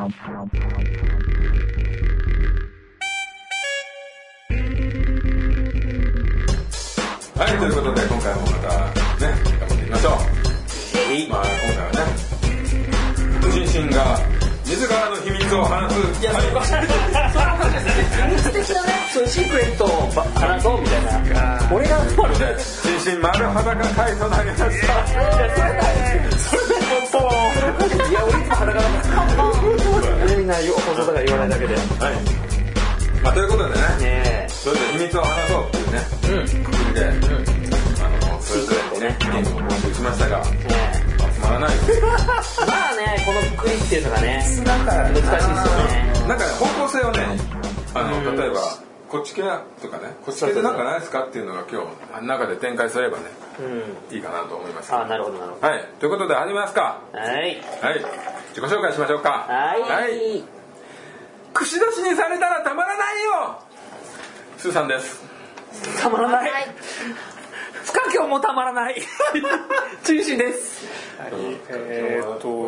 はい、ということで今回もまたね頑張っていきましょう。まあ今回はね、シンが自らの秘密を話す。 いや、そういうことじゃない。秘密的なね、そういうシークレットを話そうみたいな。俺がシン丸裸会となりました。いや、それ本当。 いや、俺いつも裸だから。みんな放送とか言わないだけで。はい。 まあということでね、それで秘密を話そうっていうね、くくりで、それぞれね、ゲームを募集しましたが、集まらない。 まあね、このくくりっていうのがね、なんか難しいですよね。 なんかね、方向性をね、例えばこっち系とかね、こっち系でなんかないですかっていうのが今日中で展開すればね、いいかなと思います。 あ、なるほどなるほど。 はい、ということで始めますか。 はい。 はい、自己紹介しましょうか。 はい。 はい。串出しにされたらたまらないよ。スーさんです。 たまらない。不可教もたまらない。中心です。 はい、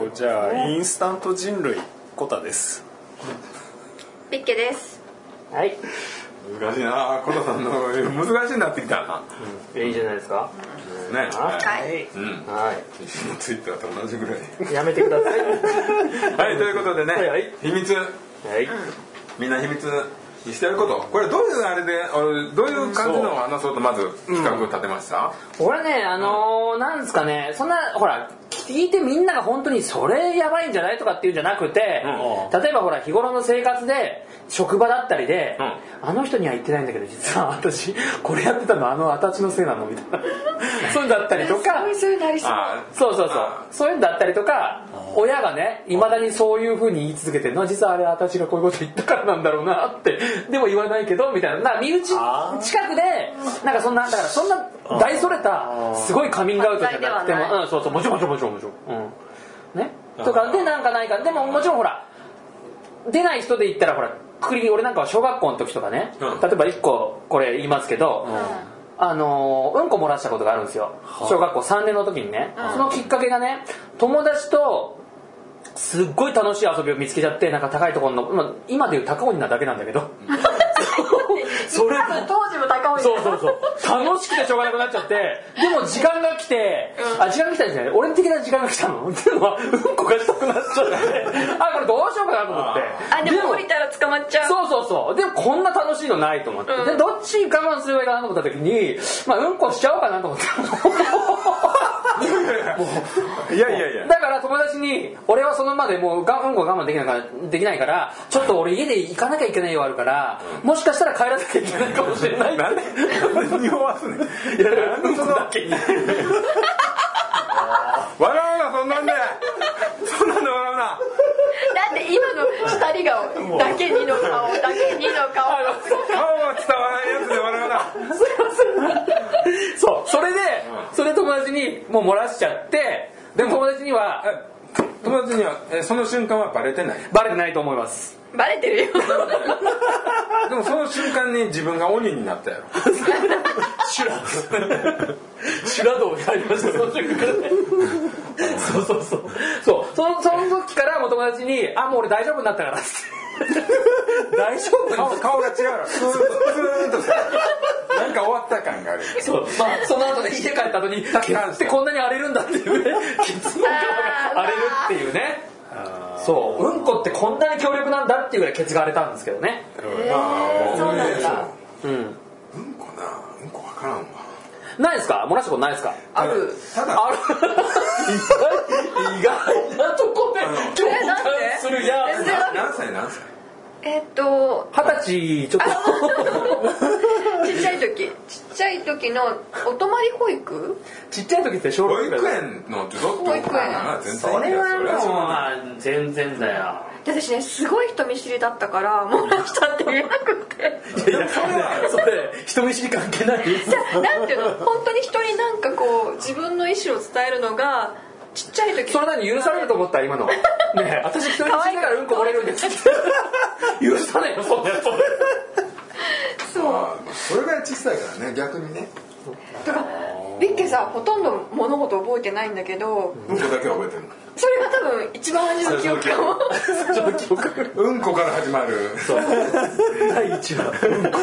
じゃあインスタント人類コタです。 ピッケです。 はい。 難しいな、コタさんの難しいなってきたな。 いいじゃないですか。 ね。 はい。 はい。 ツイッターと同じぐらい。 やめてください。 はい、ということでね、秘密。 はい。 みんな秘密にしてること。これどういうあれで、どういう感じのを話そうとまず企画を立てました？ 俺ね、なんですかね、そんなほら聞いてみんなが本当にそれやばいんじゃないとかっていうんじゃなくて、例えばほら日頃の生活で職場だったりで、あの人には言ってないんだけど実は私これやってたの私のせいなのみたいなそういうのだったりとか、 そういうのありそう。 そういうのだったりとか、親がねいまだにそういう風に言い続けてるのは実はあれ私がこういうこと言ったからなんだろうなってでも言わないけどみたいな、身内近くでなんかそんなだからそんな大それたすごいカミングアウトじゃなくても、そうもちろん、ねとかでなんかないか、でももちろんほら出ない人で言ったらほら俺なんかは小学校の時とかね、例えば1個これ言いますけど、うんこ漏らしたことがあるんですよ、小学校3年の時にね、そのきっかけがね、友達とすっごい楽しい遊びを見つけちゃって、なんか高いところの、今でいう高尾なだけなんだけどそれ当時も高尾にそう楽しくてしょうがなくなっちゃって、でも時間が来て、時間が来たんですね、俺的な時間が来たのっていうのはうんこがしたくなっちゃってこれどうしようかなと思って、 でも降りたら捕まっちゃう。 そうでもこんな楽しいのないと思って、でどっち我慢すればいいかなと思った時にうんこしちゃおうかなと思っていやだから友達に俺はそのまでもううんこ我慢できないからちょっと俺家で行かなきゃいけないよあるから、もしかしたら帰らなきゃいけないかもしれないって。 なんで匂わすね。 いやうんこだけに笑うな、そんなんで笑うな。 だって今の二人顔だけにの顔顔は伝わらないやつで笑うな。 それ友達にもう漏らしちゃって、でも友達にはその瞬間はバレてない。 バレてないと思います。 バレてるよでもその瞬間に自分が鬼になったやろ。 修羅道に入りましたその瞬間でその時からもう友達にもう俺大丈夫になったからって大丈夫顔が違うの。スーンとさなんか終わった感がある。 その後で家帰った後にケツってこんなに荒れるんだっていうね、ケツの皮が荒れるっていうね、うんこってこんなに強力なんだっていうぐらいケツが荒れたんですけどね。 そうなんだ。 うんこわからんわ。 ないですか？漏らしたことないですか？ ある。 ただ意外なとこで共感するやつ。 何歳 20 歳ちょっとちっちゃい時のお泊まり保育？ ちっちゃい時って小保育園のちょっと保育園。 それはもう全然だよ。 私ねすごい人見知りだったから漏らしたって言えなくて。 それ人見知り関係ない。 じゃあなんていうの、本当に人になんかこう自分の意思を伝えるのがちっちゃい時。 それ何許されると思った今の。ねえ私人見知りだからうんこ漏れるんですって。許さないよそんなやつ。 そう。 それが小さいからね逆にね。 だからビッケさほとんど物事覚えてないんだけどうんこだけは覚えてるの。 それが多分一番初の記憶かもうんこから始まる。 第1話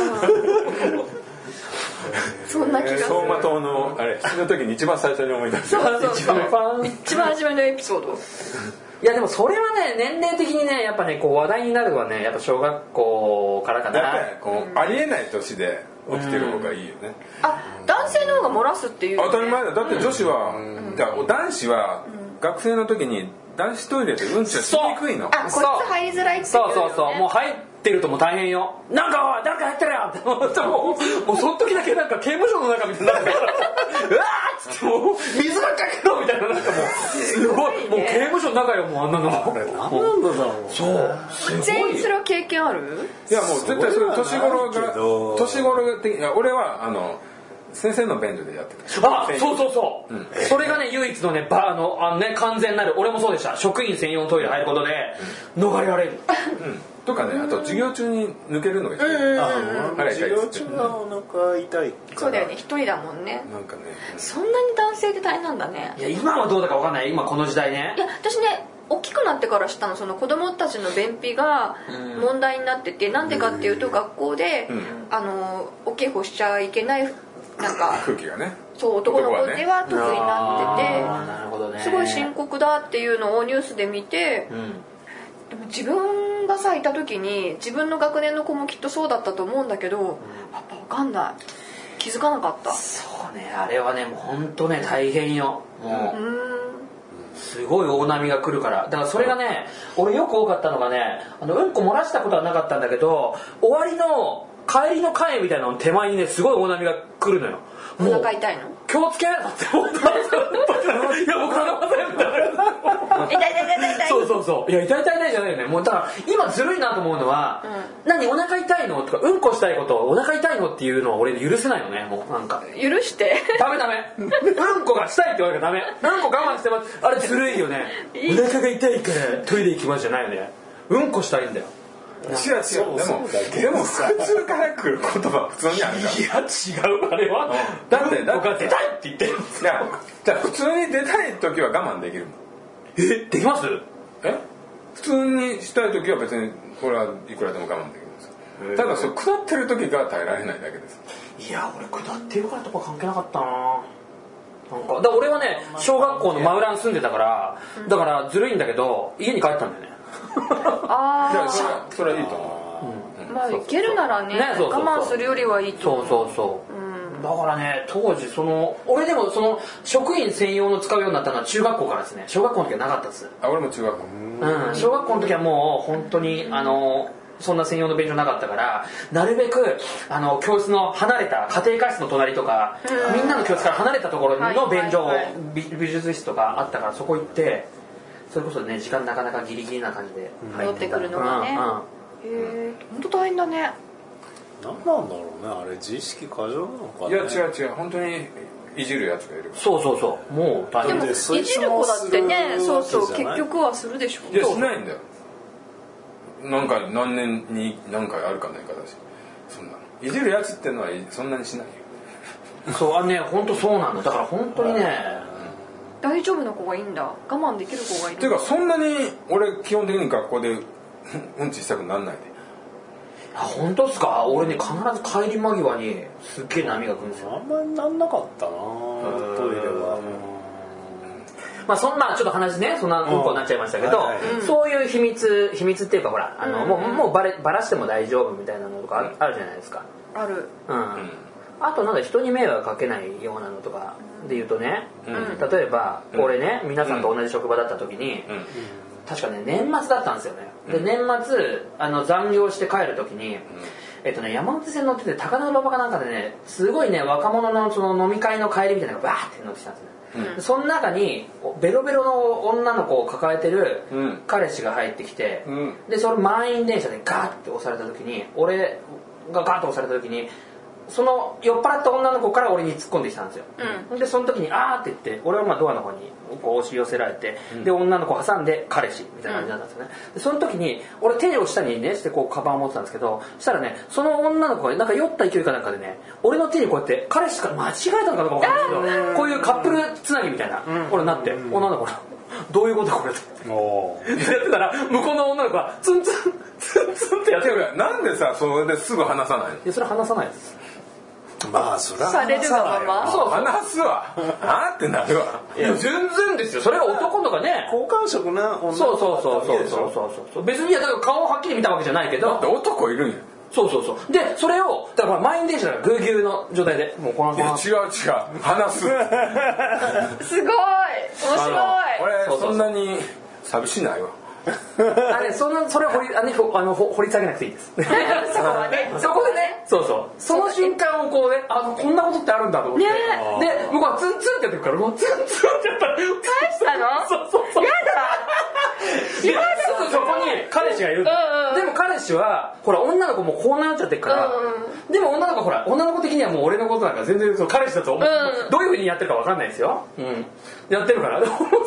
そんな気がする。 走馬灯のあれ死ぬ時に一番最初に思い出す。 そう一番ファン。 一番初めのエピソード。 いやでもそれはね年齢的にねやっぱねこう話題になるはねやっぱ小学校からかな。 やっぱりこうありえない年で起きてる方がいいよね。 あ、男性の方が漏らすっていう、ね。 当たり前だ。だって女子は、じゃあ男子は学生の時に男子トイレでうんちはしにくいの。 あ、こいつ入りづらいって言うよね。 そうそうそうもう入ってるともう大変よ。なんか誰か入ってるよって思ってもうその時だけなんか刑務所の中みたいになってうわーっつってもう水ばっかけろみたいななんかもうすごいもう刑務所の中よもうあんなの。 なんだろう。 そうすごい全員それは経験ある？ いやもう絶対それ年頃的に俺は先生の便所でやってた。 あ、そうそうそう、それがね唯一のね完全なる俺もそうでした職員専用のトイレ入ることで逃れられる、 とかねあと授業中に抜けるのが必要。 授業中はお腹痛いから。 そうだよね、一人だもんね。 なんかね。 そんなに男性って大変なんだね。 いや今はどうだか分かんない今この時代ね。 いや私ね大きくなってから知ったの、その子供たちの便秘が問題になってて、なんでかっていうと学校で、お稽古しちゃいけないなんか空気がね。 そう男の子では特にななるほどね。 ってて、すごい深刻だっていうのをニュースで見て、でも自分がさいた時に自分の学年の子もきっとそうだったと思うんだけど、やっぱ分かんない、気づかなかった。 そうねあれはねもう本当ね大変よもうすごい大波が来るからだからそれがね俺よく多かったのがねうんこ漏らしたことはなかったんだけど終わりの帰りの会みたいなの手前にねすごい大波が来るのよ。 お腹痛いの？ 気をつけって思ったんですよ。いや僕頼ませんみたいな。 痛いそうそうそう。いや痛いじゃないよね。もうだから今ずるいなと思うのは、何お腹痛いのとかうんこしたいことをお腹痛いのっていうのは俺許せないよね。もうなんか許してダメうんこがしたいって言われたらダメ。うんこ我慢してますあれずるいよね。お腹が痛いからトイレ行きますじゃないよね。うんこしたいんだよ。 違うでも普通から来る言葉普通にあるじゃん。 いや違うあれは、 だって出たいって言ってる。 いやじゃあ普通に出たい時は我慢できるもん。 できます？ 普通にしたい時は別にこれはいくらでも我慢できるんですよ。ただそれ下ってる時が耐えられないだけです。 いや俺下ってるからとか関係なかったな。なんかだから俺はね小学校の真裏に住んでたからだからずるいんだけど家に帰ったんだよね。 ああそれはいいと思う。 まあいけるならねそう我慢するよりはいいと思う。 そうだからね当時俺でもその職員専用の使うようになったのは中学校からですね。小学校の時はなかったです。 俺も中学校。 小学校の時はもう本当にそんな専用の便所なかったからなるべく教室の離れた家庭科室の隣とかみんなの教室から離れたところの便所美術室とかあったからそこ行ってそれこそね時間なかなかギリギリな感じで戻ってくるのがね。へえ本当大変だね。 何なんだろうねあれ自意識過剰なのかね。 いや違う本当にいじるやつがいる。 そうもう大変でもいじる子だってねそう結局はするでしょ。 いやしないんだよ。なんか何年に何回あるかないかだしそんないじるやつってのはそんなにしないよ。 そうね本当そうなんだ。だから本当にね大丈夫な子がいいんだ。我慢できる子がいる。 っていうかそんなに俺基本的に学校でうんちしたくなんないで。 本当ですか？俺ね必ず帰り間際にすっげえ波が来るんですよ。 あんまりなんなかったなトイレは。 まあちょっと話ねそんなうんこになっちゃいましたけど、そういう秘密っていうかほらもうバラしても大丈夫みたいなのとかあるじゃないですか。 ある。 あとなんか人に迷惑かけないようなのとかで言うとね、例えば俺ね皆さんと同じ職場だった時に、確かね年末だったんですよね。で年末残業して帰る時に、山手線乗ってて高田馬場かなんかでねすごいね若者のその飲み会の帰りみたいなのがバーって乗ってきたんですね。その中にベロベロの女の子を抱えてる彼氏が入ってきて、でそれ満員電車でガーって押された時に俺がガーッと押された時にその酔っ払った女の子から俺に突っ込んできたんですよ、でその時にあーって言って俺はまあドアの方にこう押し寄せられて、で女の子挟んで彼氏みたいな感じだったんですよね、でその時に俺手を下にねしてこうカバンを持ってたんですけど、そしたらねその女の子がなんか酔った勢いかなんかでね俺の手にこうやって彼氏から間違えたのかどうか分かんないけどこういうカップルつなぎみたいな俺になって、女の子がどういうことこれとやってたら向こうの女の子がツンツンツンツンってやってる。 なんでさそれですぐ話さないの？ いやそれ話さないです。 まあそれはされるがままそう話すわあーってなるわ。 いや全然ですよ。それは男の子がね好感触な女の子そうそう別にいやだから顔をはっきり見たわけじゃないけどだって男いるんや。 そうでそれをだから満員電車だからぐうぎゅうの状態でもうこのいや違う話すすごい面白い俺そんなに寂しないわ。 あれそれを掘り下げなくていいですそこはねそこでねそうその瞬間をこうねこんなことってあるんだと思って、で向こうはツンツンってやってるからもうツンツンってやったら返したの？ そうやだすぐそこに彼氏がいる、でも彼氏はほら女の子もこうなっちゃってるから、でも女の子ほら女の子的にはもう俺のことなんか全然その彼氏だと思う、どういう風にやってるか分かんないですよ、やってるから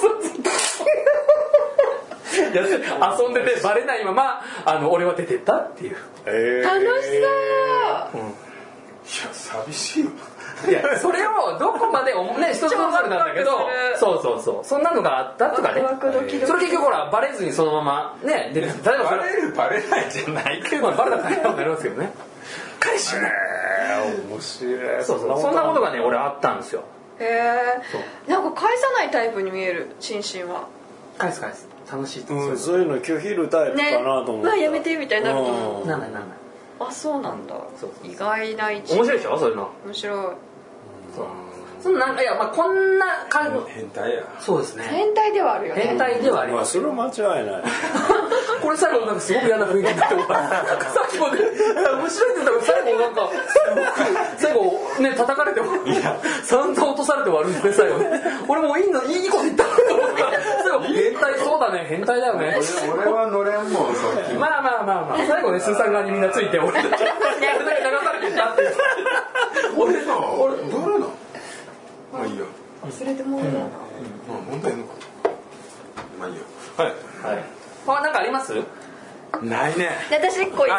遊んでてバレないまま俺は出てったっていう、 楽しそう、 いや寂しいわ。 いやそれをどこまでね人それぞれなんだけどそうそんなのがあったとかね、それ結局ほらバレずにそのままね出てバレないじゃないけどバレたら大変になりますけどね。彼氏ね面白い。 そんなことがね俺あったんですよ。 なんか返さないタイプに見えるシンシンは。 返す楽しいって、 そういうの拒否るタイプかなと思って、 ね、やめてみたいになると思う。 なんないあそうなんだ。意外な一面白いでしょそういうの。 面白い。 そんなんかいやまあこんな感じ。 変態や。 そうですね。 変態ではあるよね。 変態ではあります。 それは間違いない。 これ最後なんかすごく嫌な雰囲気になってさっきもね面白いって言ったら最後なんか最後ね叩かれても散々落とされて終わるんですね最後ね。俺もいいこと言ったと思った最後変態そうだね変態だよね。 俺は乗れんもん。 まあ最後ねスーさん側にみんなついて俺だけ流されてったって俺どれなまあいいよ。 忘れてもらうな。 まあ問題のか。まあいいよ。はい。 なんかあります？ ないね。 私1個いい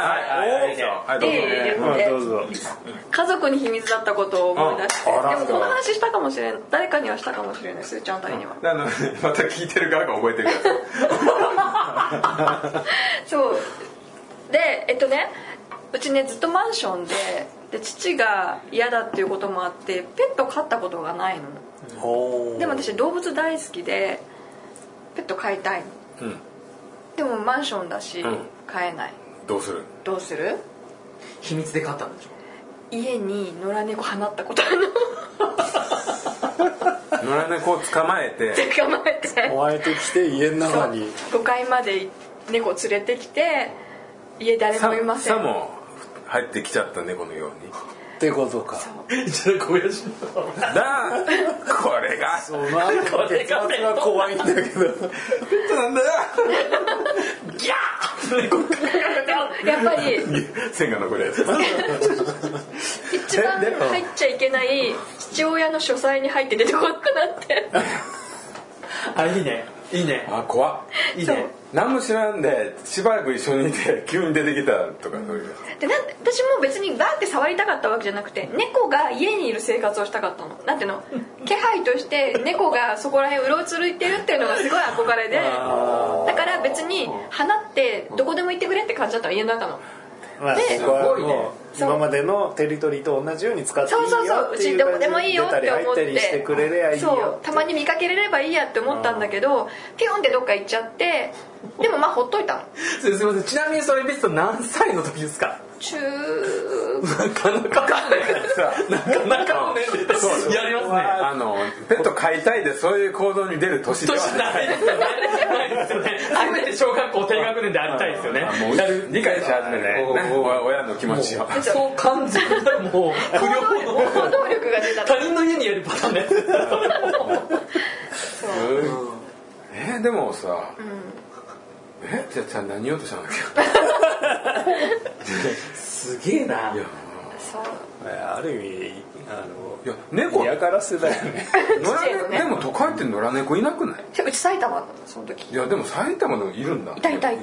どうぞ。 家族に秘密だったことを思い出して、でもこの話したかもしれない。誰かにはしたかもしれない。すーちゃんたりには。 また聞いてる側が覚えてるから。 そうでうちねずっとマンションで父が嫌だっていうこともあってペット飼ったことがないの。でも私動物大好きでペット飼いたいの、でもマンションだし飼えない。どうする？ 秘密で飼ったんでしょ。 家に野良猫放ったことあるの。 野良猫を捕まえて湧いてきて家の中に 5階まで猫連れてきて家誰もいません。 さも入ってきちゃった猫のようにってことか。 じゃあごめんなさい。 これがそうなんか結末が怖いんだけど。ペットなんだよ。 ギャー。 やっぱり線が残るやつ。 一番入っちゃいけない父親の書斎に入って出てこなくなって。 いいね。 怖っ。いいね。何も知らんでしばらく一緒にいて急に出てきたとかそういう。 で私も別にバーって触りたかったわけじゃなくて猫が家にいる生活をしたかったの。なんていうの気配として猫がそこら辺うろついてるっていうのがすごい憧れでだから別に放ってどこでも行ってくれって感じだったの家の中の。 でこはもう今までのテリトリーと同じように使っていいよっていう感じで出たり入ったりしてくれりゃいいよ。 たまに見かけれればいいやって思ったんだけどピョンってどっか行っちゃってでもまあほっといたの。 すいませんちなみにそれ見ると何歳の時ですか？ 中なかなかの年齢でやりますね。 ペット飼いたいでそういう行動に出る年ではないですよね。初めて小学校低学年でありたいですよね。 もう理解し始めて親の気持ちを。 そう完全なもう不良の行動力が出た。 他人の家にやるパターンね。 でもさじゃあ何言おうとしたんだっけ。 すげえな。 ある意味いや猫嫌がらせだよね。 でも都会って野良猫いなくない？ うち埼玉だったその時。 いやでも埼玉でもいるんだ。 いた。 ど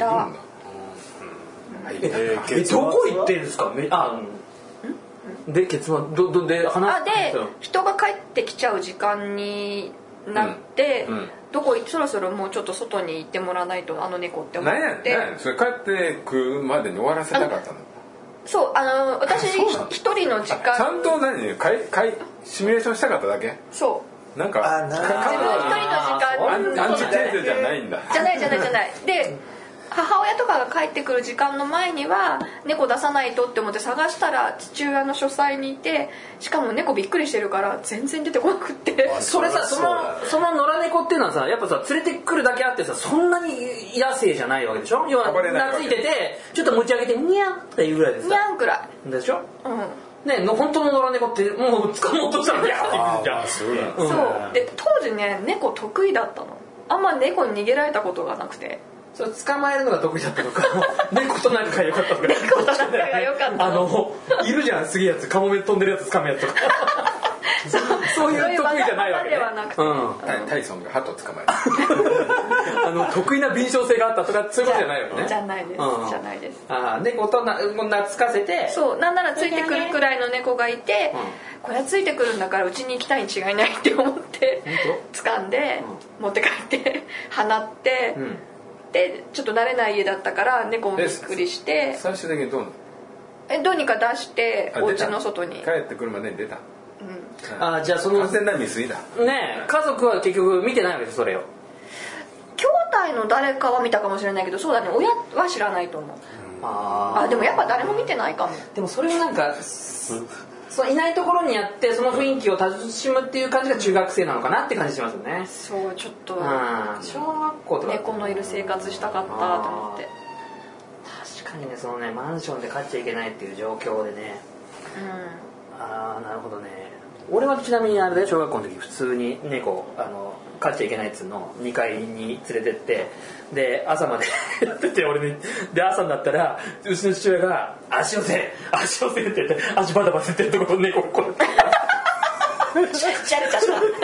こ行ってんですか？で結論で話で人が帰ってきちゃう時間になって、どこそろそろもうちょっと外に行ってもらわないと猫って思って。 何やそれ帰ってくるまでに終わらせたかったの？ そう私一人の時間ちゃんとシミュレーションしたかっただけ？ そうなんか自分一人の時間アンチテーゼじゃないんだ。 じゃないで母親とかが帰ってくる時間の前には猫出さないとって思って探したら父親の書斎にいて、しかも猫びっくりしてるから全然出てこなくって。 それさその野良猫っていうのはさやっぱさ連れてくるだけあってさそんなに野生じゃないわけでしょ。要は懐いててちょっと持ち上げてニャンっていうぐらいでさニャンくらいでしょ。ね本当の野良猫ってもう掴もうとしたらニャンって言うじゃん。 そうで当時ね猫得意だったの。あんま猫に逃げられたことがなくて。 それ捕まえるのが得意だったのか猫と仲が良かったとか。 猫と仲が良かったいるじゃんすげえやつカモメ飛んでるやつ掴むやつとかそういう得意じゃないわけね。 タイソンが鳩捕まえる得意な敏捷性があったとかそういうことじゃないわけね。 じゃないです。 猫と懐かせてそうなんならついてくるくらいの猫がいて、これはついてくるんだからうちに行きたいに違いないって思って掴んで持って帰って放ってでちょっと慣れない家だったから猫もびっくりして最終的にどうにか出してお家の外に帰ってくるまでに出た。 じゃあその完全な未遂だね。家族は結局見てないわけですそれを。 兄弟の誰かは見たかもしれないけどそうだね親は知らないと思う。でもやっぱ誰も見てないかも。 でもそれをなんかそういないところにやってその雰囲気を楽しむっていう感じが中学生なのかなって感じしますよね。 そうちょっと小学校とか猫のいる生活したかったと思って。 確かにねそのねマンションで飼っちゃいけないっていう状況でね。なるほどね。俺はちなみにあれで小学校の時普通に猫飼っちゃいけないっつうのを2階に連れてってで朝までやってて俺にで朝になったらうちの父親が足寄せって言って足バタバタってるところ猫をこうチャレチャした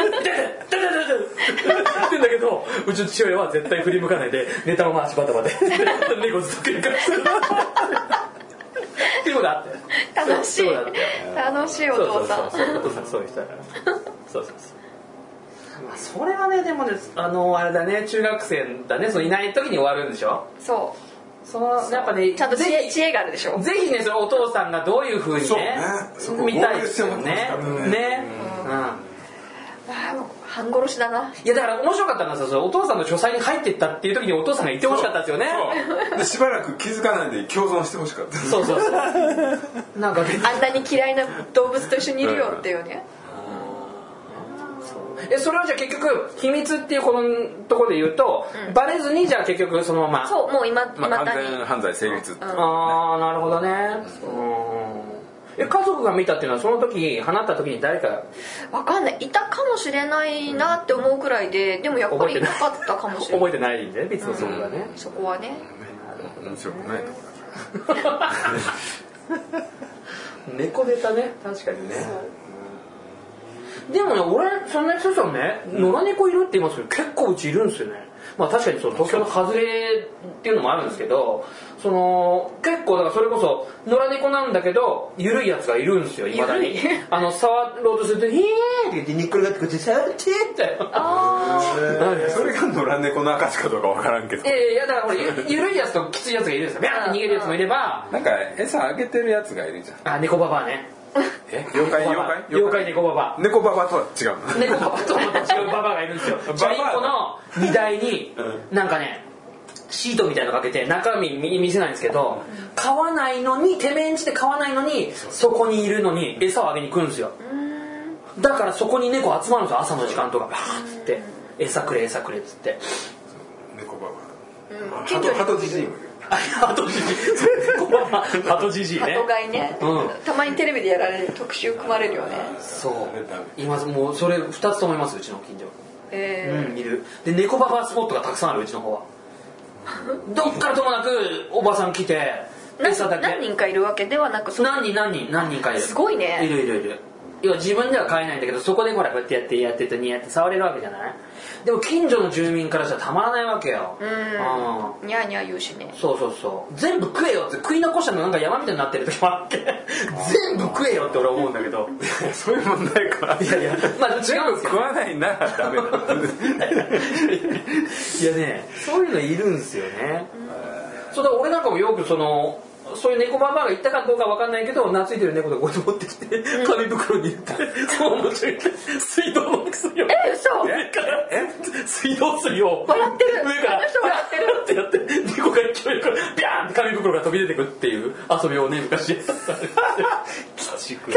ってんだけどうちの父親は絶対振り向かないで寝たまま足バタバタ猫ずっと繰り返すっていうことあって楽しいお父さん。 お父さんそういう人だからそうそれはねでもねあれだね中学生だねいない時に終わるんでしょ。そうやっぱねちゃんと知恵があるでしょ。 ぜひねそのお父さんがどういう風にね見たいですよね。 半殺しだな。 いやだから面白かったのはさお父さんの書斎に入ってったっていう時にお父さんが言ってほしかったですよね。 でしばらく気づかないで共存してほしかった。 そうなんかあんなに嫌いな動物と一緒にいるよっていうね。 それはじゃあ結局秘密っていうこのところで言うと、バレずにじゃあ結局そのままそうもう今完全犯罪成立って、 なるほどね。家族が見たっていうのはその時放った時に誰かわかんないいたかもしれないなって思うくらいでもやっぱりいなかったかもしれない。 覚えてないんで別にそこはね、 そこはね面白くないとこだから猫ネタね確かにね。でもね俺そんな人さんね野良猫いるって言いますけど結構うちいるんですよね。確かに東京の外れっていうのもあるんですけど結構だからそれこそ野良猫なんだけど緩いやつがいるんですよ未だに。触ろうとすると「ヒー」って言ってニッコリがってこっち触ってってそれが野良猫の証かどうかわからんけど。 いやだから緩いやつときついやつがいるんですよ。ビャーって逃げるやつもいればなんか餌あげてるやつがいるじゃん。 猫ババアね。 妖怪猫ババア。 猫ババアとは違うの。 猫ババアとまた違うババアがいるんですよ。チャリンコの荷台になんかねシートみたいなのかけて中身見せないんですけど飼わないのにてめえんちで飼わないのにそこにいるのに餌をあげに来るんですよ。だからそこに猫集まるんですよ朝の時間とかバーッつって餌くれっつって猫ババア。 ハトジジイもいる。 ハトジジイね。 ハト飼いね。たまにテレビでやられる特集組まれるよね。 そう今もうそれ2つともいますうちの近所。いる。で猫ババアスポットがたくさんあるうちの方は。どっからともなくおばさん来て何人かいるわけではなく、 何人かいる。 すごいね。 いる。要は自分では飼えないんだけど、そこでほらこうやってやってニヤって触れるわけじゃない。でも近所の住民からしたらたまらないわけよ。 ニャーニャー言うしね。 そう全部食えよって、食い残したのなんか山みたいになってる時もあって全部食えよって俺は思うんだけどそういう問題か。 いやまあ全部食わないならダメだいやね、そういうのいるんですよね。そうだ、俺なんかもよくそういう猫ババアが行ったかどうかわかんないけど、懐いてる猫とかこうやって持ってきて紙袋に入れて面白い水道の薬を嘘上から水道水を笑ってる上から笑ってるってやって猫が勢いからビャーンって紙袋が飛び出てくるっていう遊びをね昔鬼畜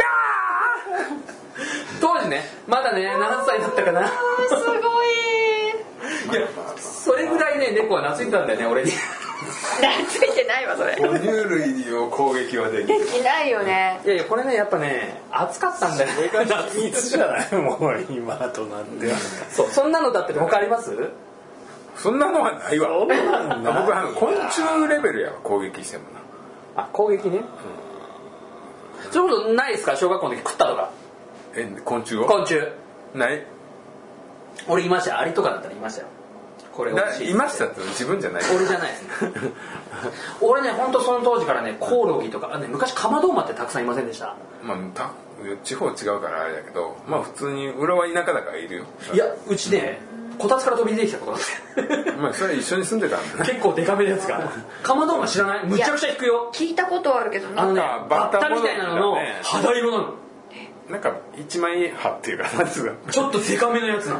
当時ね、まだね7歳だったかな。 すごい。 いや、それぐらいね猫は懐いたんだよね俺に。 ついてないわそれ。 哺乳類を攻撃はできる。 できないよね。 いやこれねやっぱね暑かったんだよね。 秘密じゃないもう今となっては。 そんなのだって他あります？ そんなのはないわ。僕は昆虫レベルやわ、攻撃してもな。 あ、攻撃ね。そういうことないですか？小学校の時食ったとか。 昆虫を？ 昆虫ない。 俺いましたよ。アリとかだったらいましたよ。これいましたって自分じゃない。 俺じゃないですね。俺ね本当その当時からねコオロギとか昔カマドウマってたくさんいませんでした？ まあ地方違うからあれだけど、まあ普通に裏は田舎だからいるよ。 いやうちねこたつから飛び出てきたことだって。 まあそれ一緒に住んでたんだね。 結構デカめのやつが。カマドウマ知らない？むちゃくちゃ引くよ。 聞いたことはあるけどバッタみたいなのの肌色なの。 なんか一枚刃っていうかちょっとデカめのやつなの。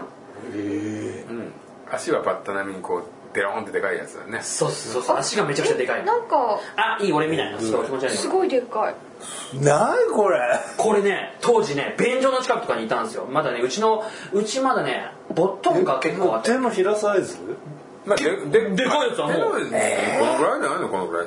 足はバッタ並みにこうデローンってでかいやつだね。 そう足がめちゃくちゃでかい。 なんかいい俺見ないの。すごい気持ち悪い。 すごいでかい。 何これ。 これね当時ね便所の近くとかにいたんですよ。まだねうちまだねボットンが結構あって。 手のひらサイズ？ まあでかいやつはもうこのぐらいじゃないの？このぐらい。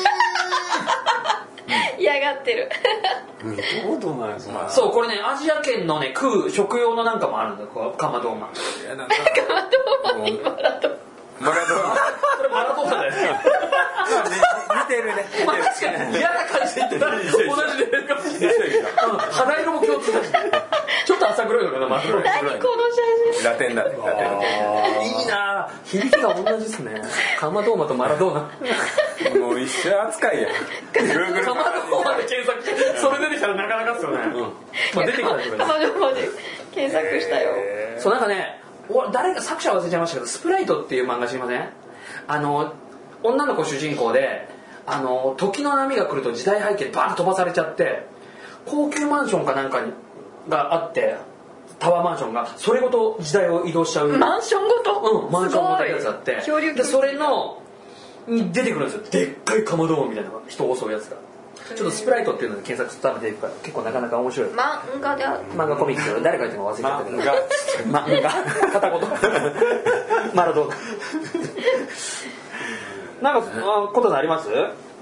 嫌がってる。 見たことないぞ。 そうこれねアジア圏のね食用のなんかもあるんだよ。カマドウマ。 カマドウマにマラドーマ。 これマラドーマだよ。 似てるね。 まあ確かに嫌な感じで言ってた。同じレベルかもしれない。肌色も共通だし。ちょっと浅黒いのかな。 何この写真。 ラテンだね。 いいな。響きが同じですね。カマドウマとマラドーナ。 もう一緒扱いや。 カマドウマで検索してそれ出てきたらなかなかっすよね。まあ出てきたりとか。 カマドウマで検索したよ。 そうなんかね、誰か作者忘れちゃいましたけど、スプライトっていう漫画知りません？女の子主人公で時の波が来ると時代背景でバーンと飛ばされちゃって高級マンションかなんかがあってタワーマンションがそれごと時代を移動しちゃうマンションごと？ マンションごとやつあってでそれのに出てくるんですよ。でっかいカマドウマみたいな人を襲うやつが。ちょっとスプライトっていうので検索するためで結構なかなか面白い。 漫画である。 漫画コミック誰書いてるか忘れちゃったけど。漫画片言。マラドーナ。なんかことあります？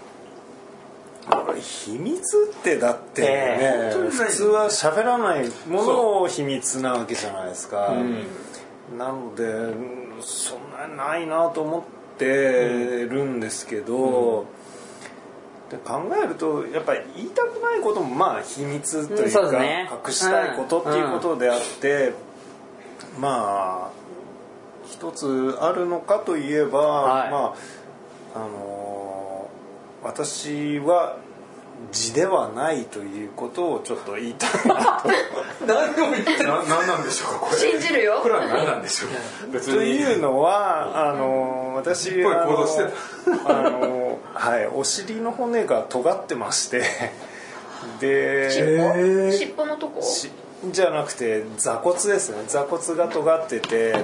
秘密ってだってね、普通は喋らないものを秘密なわけじゃないですか。なのでそんなにないなと思ってるんですけど。で考えるとやっぱり言いたくないこともまあ秘密というか隠したいことっていうことであってまあ一つあるのかといえばまあ私は字ではないということをちょっと言いたいなと。 何でも言ってる。 何なんでしょうかこれ。 信じるよ。 これは何なんでしょう。 別にというのは私はお尻の骨が尖ってましてで尻尾のとこじゃなくて座骨ですね。座骨が尖ってて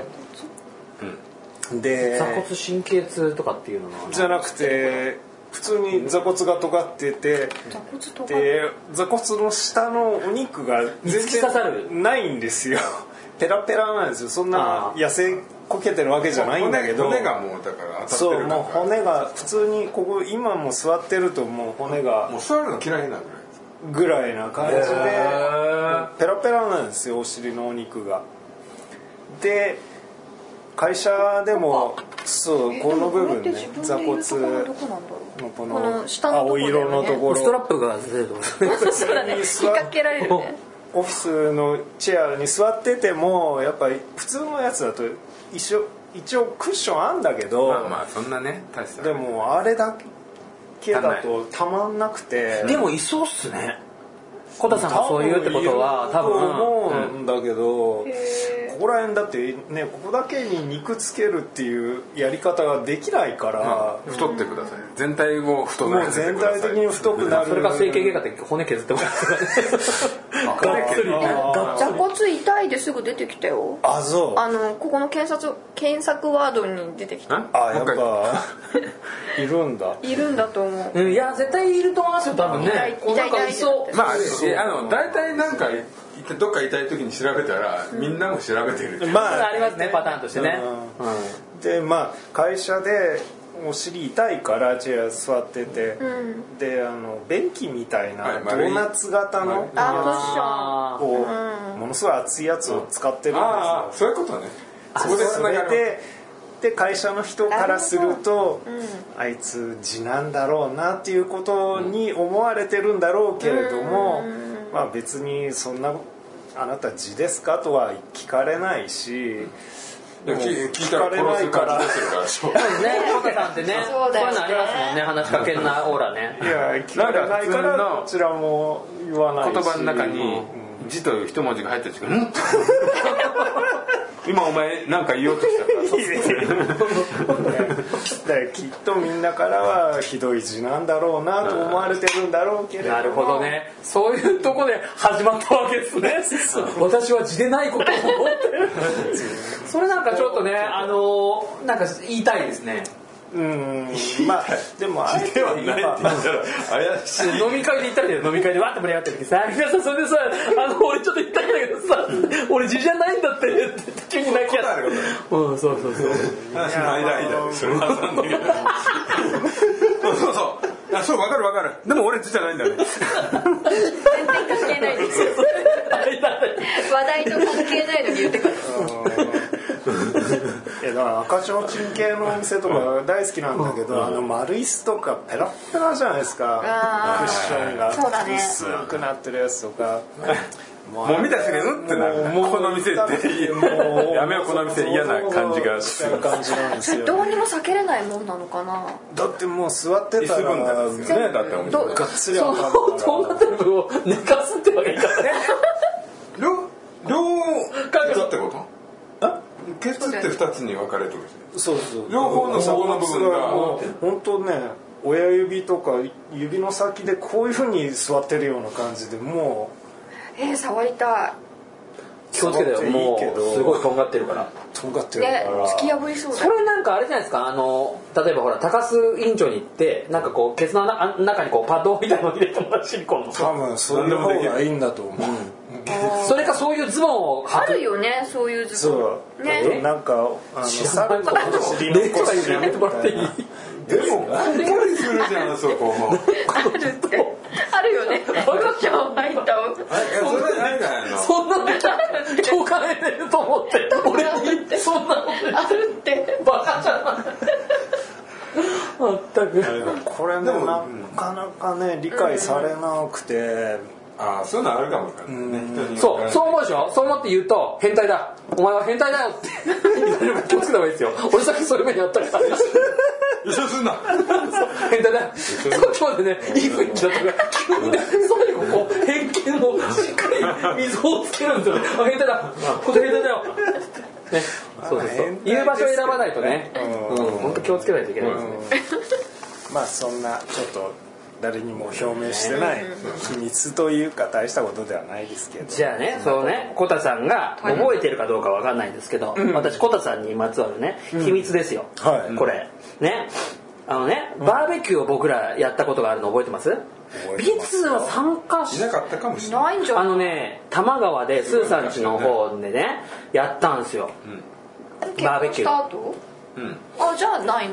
で座骨神経痛とかっていうのじゃなくて普通に座骨が尖っててで座骨の下のお肉が全然ないんですよ。ペラペラなんですよ。そんな痩せこけてるわけじゃないんだけど骨がもうだから当たってるそうもう骨が普通にここ今も座ってるともう骨がもう座るの嫌いなぐらいな感じでペラペラなんですよお尻のお肉が。で会社でもそうこの部分ね座骨のこの青色のところストラップが出てるところそうだね引っ掛けられるねオフィスのチェアに座っててもやっぱり普通のやつだと一応クッションあんだけど、 まあそんなね大したでもあれだけだとたまんなくてでもいそうっすねコタさんがそう言うってことは多分思うんだけど、ここら辺だってねここだけに肉つけるっていうやり方ができないから、 太ってください全体を太くなもう全体的に太くなるそれから整形外科って骨削ってもらってがっつり座骨痛いですぐ出てきたよあそうここの検索ワードに出てきたやっぱいるんだいるんだと思ういや絶対いると思いますよ多分ねなんかいそうまあ大体なんかどっか痛い時に調べたらみんなも調べてるありますねパターンとしてねでまあ会社でお尻痛いからチェア座っててで便器みたいなドーナツ型のクッションこうものすごい熱いやつを使ってるんですよそういうことねそこでそれで会社の人からするとあいつ痔なんだろうなっていうことに思われてるんだろうけれどもまあ別にそんなあなた痔ですかとは聞かれないし聞いたら殺すからそうですねコタさんってねそういうのありますもんね話しかけんなオーラねいや聞かれないからこちらも言わないし言葉の中に字という一文字が入った時に今お前なんか言おうとしたからきっとみんなからはひどい字なんだろうなと思われてるんだろうけれどもなるほどねそういうとこで始まったわけですね私は字でないことを思ってるそれなんかちょっとねなんか言いたいですねまあでもあえてはないって言ったら怪しい飲み会で行ったんだよ飲み会でわって盛り上がってる時さ皆さんそれでさ俺ちょっと言ったんだけどさ俺字じゃないんだってって急に泣きやってそうそれはそうそう分かるでも俺字じゃないんだね全然関係ないです話題と関係ないのに言ってくるだから赤ちょうちん系のお店とか大好きなんだけど丸椅子とかペラペラじゃないですかクッションが薄くなってるやつとかもう見た瞬間ってなるこの店ってやめようこの店嫌な感じがする感じなんですよどうにも避けれないもんなのかなだってもう座ってたらだってがっつり当たるからそうなってる分を寝かすってわけいかない両ケツってことケツって2つに分かれてるそう両方のそこの部分が本当ね親指とか指の先でこういう風に座ってるような感じでもう触りたい気をつけてよもうすごいとんがってるからとんがってるから突き破りそうだそれなんかあれじゃないですか例えばほら高須院長に行ってなんかこうケツの中にこうパッドみたいなの入れてもらうシリコンの多分そういう方がいいんだと思うそれかそういうズボンをあるよねそういうズボンそうねなんかサルコの尻のレッドがやめてもらっていいでもこんもりするじゃんそこもあるよね赤ちゃん入ったそんなの共感得てると思って俺にそんなのあるってバカじゃないまったくこれもなかなかね理解されなくてそういうのあるかもねそう思うでしょそう思って言うと変態だお前は変態だよって言われるから気をつけた方がいいですよ俺さっきそういう目にあったから一緒すんな変態だよこっちまでねいい雰囲気だったから急にね最後こう偏見をしっかり水をつけるんですよね変態だこっち変態だよねそう言う場所を選ばないとね本当気をつけないといけないですねまあそんなちょっと誰にも表明してない秘密というか大したことではないですけどじゃあねそうねコタさんが覚えてるかどうかわかんないんですけど私コタさんにまつわるね秘密ですよこれねバーベキューを僕らやったことがあるの覚えてますビツは参加しなかったかもしれない多摩川でスーさん家の方でねやったんですよバーベキューじゃあない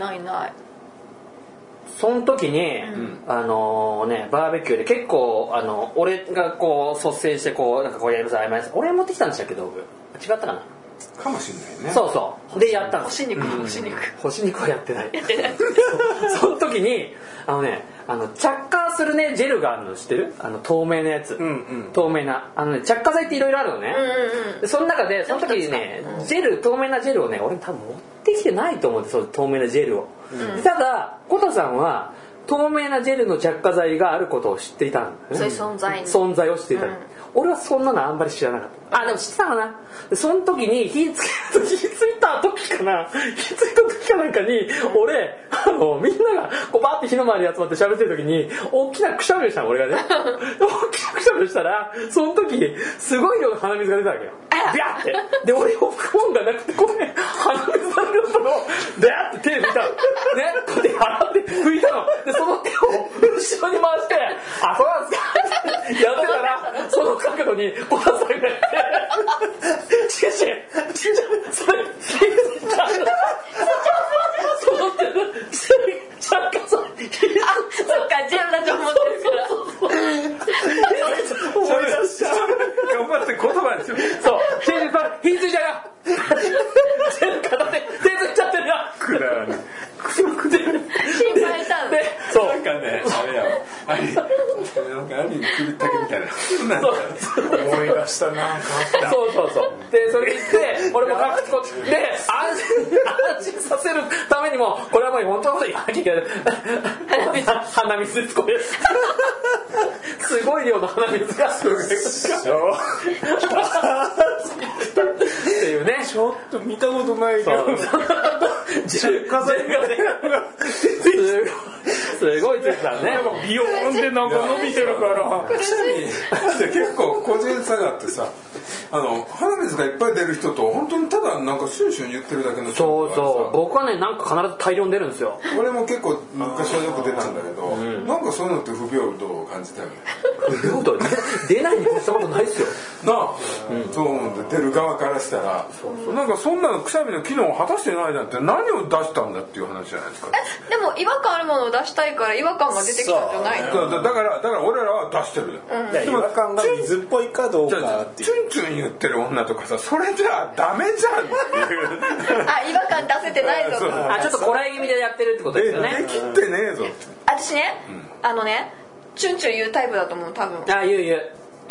その時に、バーベキューで結構俺がこう率先してこうなんかこうやります俺持ってきたんでしたっけ道具違ったかなかもしれないね。 そうそうでやったの。 干し肉はやってない。その時に着火するねジェルがあるの知ってる？透明なやつ、透明な着火剤っていろいろあるのね、でその中でその時にね透明なジェルをね俺多分持ってきてないと思うんです、その透明なジェルを、ただコタさんは透明なジェルの着火剤があることを知っていたんだよね。 そういう存在を知っていた、俺はそんなのあんまり知らなかった。でも知ってたかな。その時に火ついた時かなんかに俺みんながこうバーって火の周りに集まって喋ってる時に大きなくしゃみをしたの俺がね。大きなくしゃみをしたらその時すごい量の鼻水が出たわけよ。ビャーって。で俺を拭くもんがなくてこれ鼻水が出たのをビャーって手拭いたの。ね、こうやって洗って拭いたの。でその手を後ろに回してそうなんですかやってたらその角度に小田さんがいてしかしそれその手でそっかジェルだと思ってるから思い出しちゃう。頑張って言葉にしよう。 そう火ついちゃうよ手片手ついちゃってるよくだらない心配したのでそうなんかねあれやわなんか兄に首ったけみたいな思い出したな。 そうでそれ言って俺も隠すことで安心させるためにもこれはもう本当のこと言わなきゃいけない鼻水これすごい量の鼻水がっていうね。 ちょっと見たことないけど着火剤がねすごいついてたね。 ビヨーンってなんか伸びてるから結構個人差があってさ鼻水がいっぱい出る人と本当にただなんかシュンシュン言ってるだけの人とかそう僕はねなんか必ず大量に出るんですよ。 俺も結構昔はよく出たんだけど、なんかそういうのって不平等を感じたよね。 不平等出ないに越したことないですよなあ、そう思うんで出る側からしたらなんかそんなのくしゃみの機能を果たしてないなんて何を出したんだっていう話じゃないですか。 でも違和感あるものを出したいから違和感が出てきたんじゃないの？ だから俺らは出してるよ、 違和感が水っぽいかどうかっていうチュンチュン言ってる女とかさそれじゃあダメじゃんっていう違和感出せてないぞとちょっとこらえ気味でやってるってことですよね。 できってねえぞって私ね、チュンチュン言うタイプだと思う多分言う言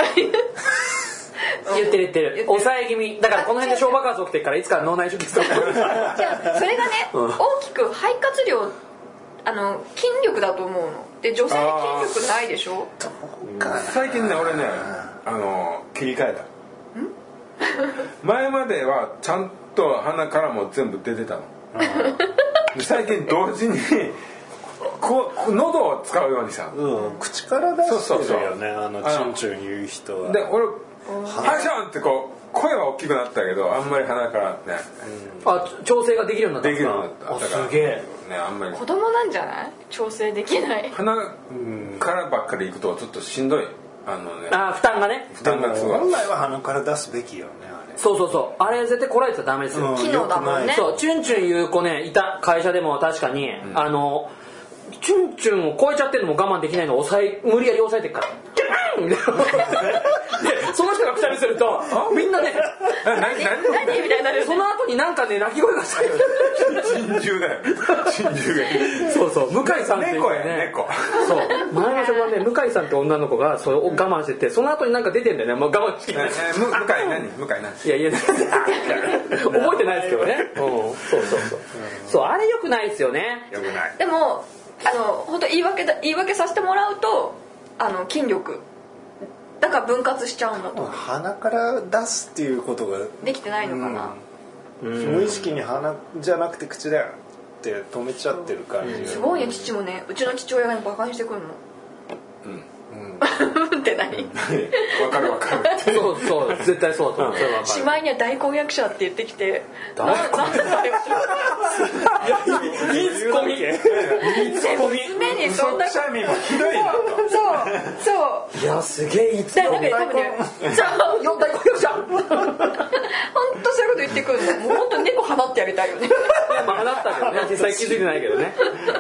ってる抑え気味だからこの辺で小爆発起きてるからいつか脳内出血とかじゃあそれがね、大きく肺活量筋力だと思うので女性筋力ないでしょ。 最近ね俺ね切り替えた前まではちゃんと鼻からも全部出てたの最近同時に喉を使うようにさ、 口から出してるよねチュンチュン言う人は。 で俺ハイシャンってこう声は大きくなったけどあんまり鼻からね、 調整ができるようになったできるようになった。 すげえねあんまり子供なんじゃない？調整できない鼻からばっかりいくとちょっとしんどい負担がね。 負担がすごい。 本来は鼻から出すべきよねあれ。 そうあれ絶対こらえてたらダメですよ。 機能だもんね。 そうチュンチュン言う子ねいた会社でも確かにチュンチュンを超えちゃってるのも我慢できないのを無理やり抑えてるからでその人がくしゃみするとみんなね何みたいになる。 その後になんかね泣き声がしたよ珍獣だよ珍獣がそう向井さんっていうねそう前の職場ね向井さんって女の子がそれを我慢しててその後になんか出てんだよね。もう我慢して向井何いやいや覚えてないですけどねそうあれ良くないですよね。 よくない。 でも本当言い訳させてもらうと筋力だから分割しちゃうんだと。 鼻から出すっていうことができてないのかな。 無意識に鼻じゃなくて口だよって止めちゃってる感じが。 すごいね。父もねうちの父親がバカにしてくるの。って何？ わかるそう絶対そうだと思う。 しまいには大婚約者って言ってきてなんでいいツッコミ娘にそんなくしゃみもひどいなそういやすげえいいツッコミ多分ね 4大婚約者本当そういうこと言ってくるの。もう本当に猫放ってやりたいよね。 放ったけどね実際気づいてないけどね。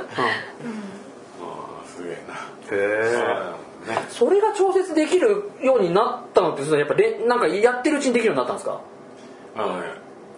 すげえな。 へえ。それが調節できるようになったのってやっぱなんかやってるうちにできるようになったんですか？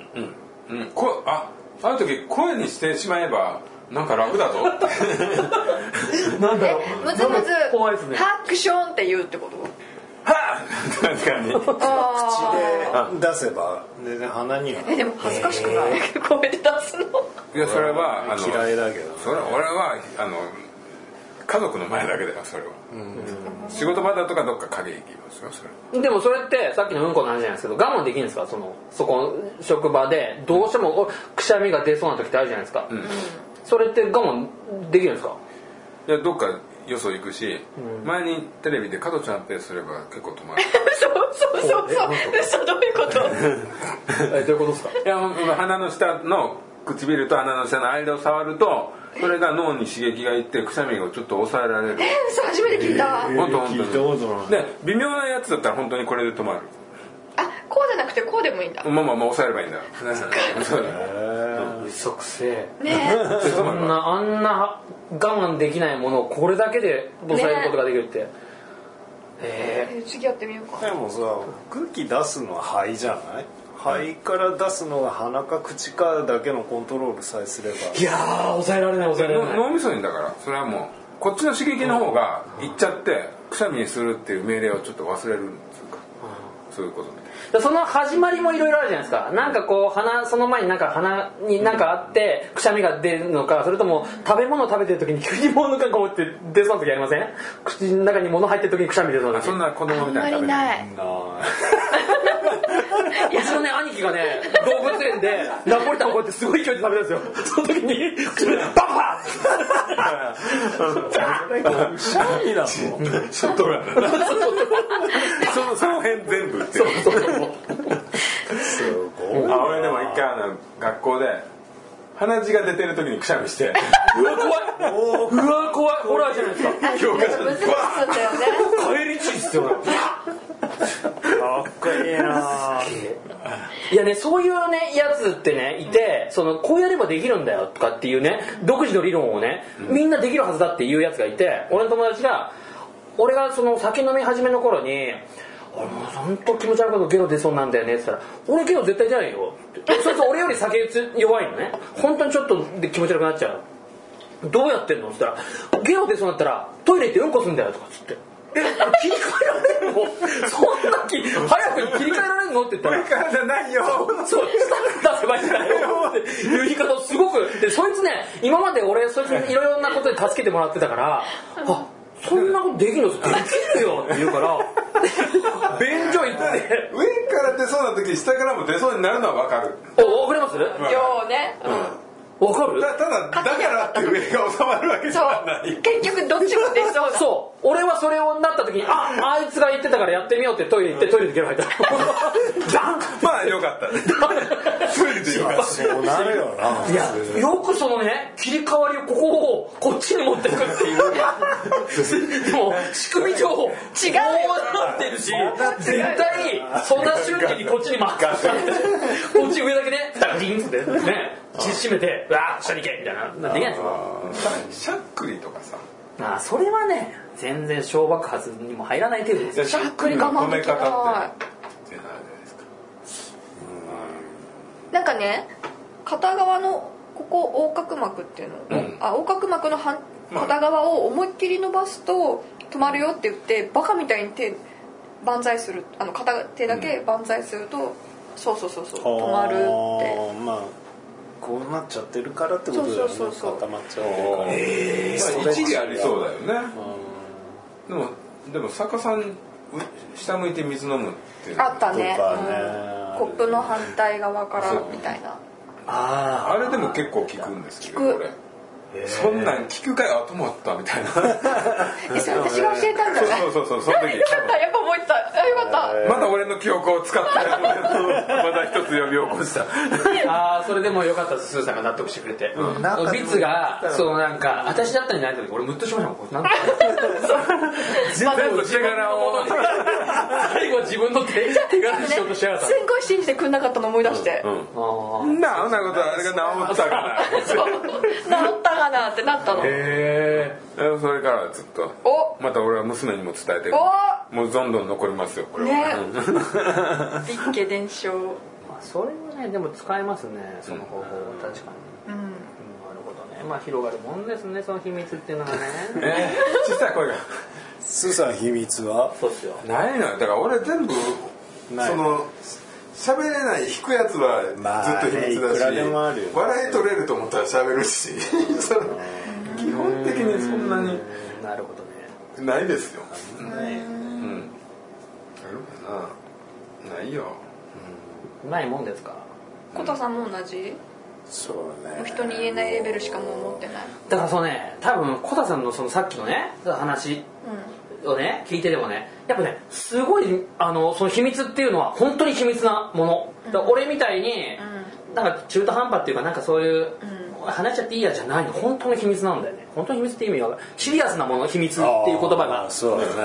ある時声にしてしまえばなんか楽だぞってなんだろう、 むずむず怖いですね。 ハクションって言うってこと？ はっ確かに口で出せば全然鼻にはでも恥ずかしくない？声で出すの。 いやそれは嫌いだけど、 それは俺は家族の前だけだよそれは、仕事場だとかどっか影行きますよそれ。 でもそれってさっきのうんこの話じゃないですけど、我慢できるんですか？そこ職場でどうしてもくしゃみが出そうな時ってあるじゃないですか、それって我慢できるんですか？ いやどっかよそ行くし、前にテレビで加トちゃんペースすれば結構止まるそう嘘どういうこと？ どういうことですか？ いや鼻の下の唇と鼻の下の間を触るとそれが脳に刺激がいってくしゃみをちょっと抑えられる。 嘘初めて聞いた。 本当聞いたことない。 で微妙なやつだったら本当にこれで止まる。 あ、こうじゃなくてこうでもいいんだ。 まあ抑えればいいんだ。そうだ。 嘘くせえ。 ねそんなあんな我慢できないものをこれだけで抑えることができるって。 次やってみようか。 でもさ、空気出すのは肺じゃない？肺から出すのが鼻か口かだけのコントロールさえすれば。 いやー抑えられない。 脳みそにだからそれはもうこっちの刺激の方がいっちゃってくしゃみにするっていう命令をちょっと忘れるんですか、そういうことね。 その始まりもいろいろあるじゃないですか。なんかこうその前になんか鼻になんかあってくしゃみが出るのか、それとも食べ物食べてる時に急に物がこうって出そうな時ありません？口の中に物入ってる時にくしゃみ出そうな時。 そんな子供みたいに食べない。 いやそのね兄貴がね動物園でナポリタンをこうやってすごい勢いで食べたんですよ。その時にバカッくしゃみなの？ ショットガンその辺全部ってすごい。 俺でも一回学校で鼻血が出てる時にくしゃみしてうわ怖いホラーじゃないですか。 ムズムズすんだよね。 帰り血ですよ。 かっこいいな。 いやね、そういうねやつってねいて、こうやればできるんだよとかっていうね独自の理論をねみんなできるはずだっていうやつがいて、俺の友達が俺が酒飲み始めの頃に俺もうほんと気持ち悪いことゲロ出そうなんだよねって言ったら、俺ゲロ絶対出ないよってそいつ俺より酒弱いのね、本当にちょっとで気持ち悪くなっちゃう。どうやってんのって言ったら、ゲロ出そうになったらトイレ行ってうんこすんだよとかっつって、切り替えられるの？そんな早く切り替えられるのって言ったら、 これからじゃないよそう出せばいいんだよっていう言い方をすごくで、そいつね今まで俺そいついろいろなことで助けてもらってたから、あそんなことできるの？できるよって言うから便所行って上から出そうな時下からも出そうになるのは分かる。 わかります？ ようね。 わかる？ ただだからって上が収まるわけじゃない。 結局どっちも出そうだ。 そう俺はそれをなった時にあいつが言ってたからやってみようってトイレ行ってトイレでゲロ吐いたまあよかったね。トイレでよかった。 そうなるよな。 いやよくそのね切り替わりをこっちに持ってくっていうでも仕組み上違うなってるし、絶対そんな瞬間にこっちに回ってこっち上だけねリンってね閉めて下に行けみたいなできないですしゃっくりとかさ、 それはね全然小爆発にも入らない程度ですよ。 しゃっくりの止め方ってってあるじゃないですか。 なんかね片側のここ横隔膜っていうの、横隔膜の片側を思いっきり伸ばすと止まるよって言ってバカみたいに万歳する片手だけ万歳すると、そう止まるって。 まあこうなっちゃってるからってことだよね。 そう固まっちゃってるから。 一理ありそうだよね。でも作家さん下向いて水飲むっていうあったね。コップの反対側からみたいな。 あれでも結構効くんですけど、これそんなん聞くかよと思ったみたいな。 それ私が教えたんだね。 そうその時。 よかったやっぱ覚えてた。よかった。 まだ俺の記憶を使ってまた一つ呼び起こした。 それでもよかったです。スーさんが納得してくれて、ビツがなんか私だったらいないけど俺ムッとしましたもん。なんか全部手柄を最後自分の手柄にしようとしやがった。 すんごい信じてくんなかったの思い出して、 そんなことあれが治ったかな。 治ったかなってなったの。 それからはずっとまた俺は娘にも伝えてる。もうどんどん残りますよこれは。 ね。一家伝承。 それはねでも使えますねその方法は確かに、なるほどね。まあ広がるもんですねその秘密っていうのがね小さい声がスーさん秘密はそうっすよないのよ。だから俺全部その喋れない弾くやつはずっと秘密だし、 いくらでもあるよね、 笑い取れると思ったら喋るし基本的にそんなになるほどねないですよ。 ないよね。 あるかな。ないよ。 ないもんですか。 コタさんも同じ？ そうね。 人に言えないレベルしかもう持ってない。 だからそうね多分コタさんのそのさっきのね話をね聞いててもねやっぱねすごいその秘密っていうのは本当に秘密なもの、だから俺みたいに、なんか中途半端っていうかなんかそういう、話しちゃっていいやじゃないの本当の秘密なんだよね。本当の秘密って意味はシリアスなもの秘密っていう言葉がそうだね、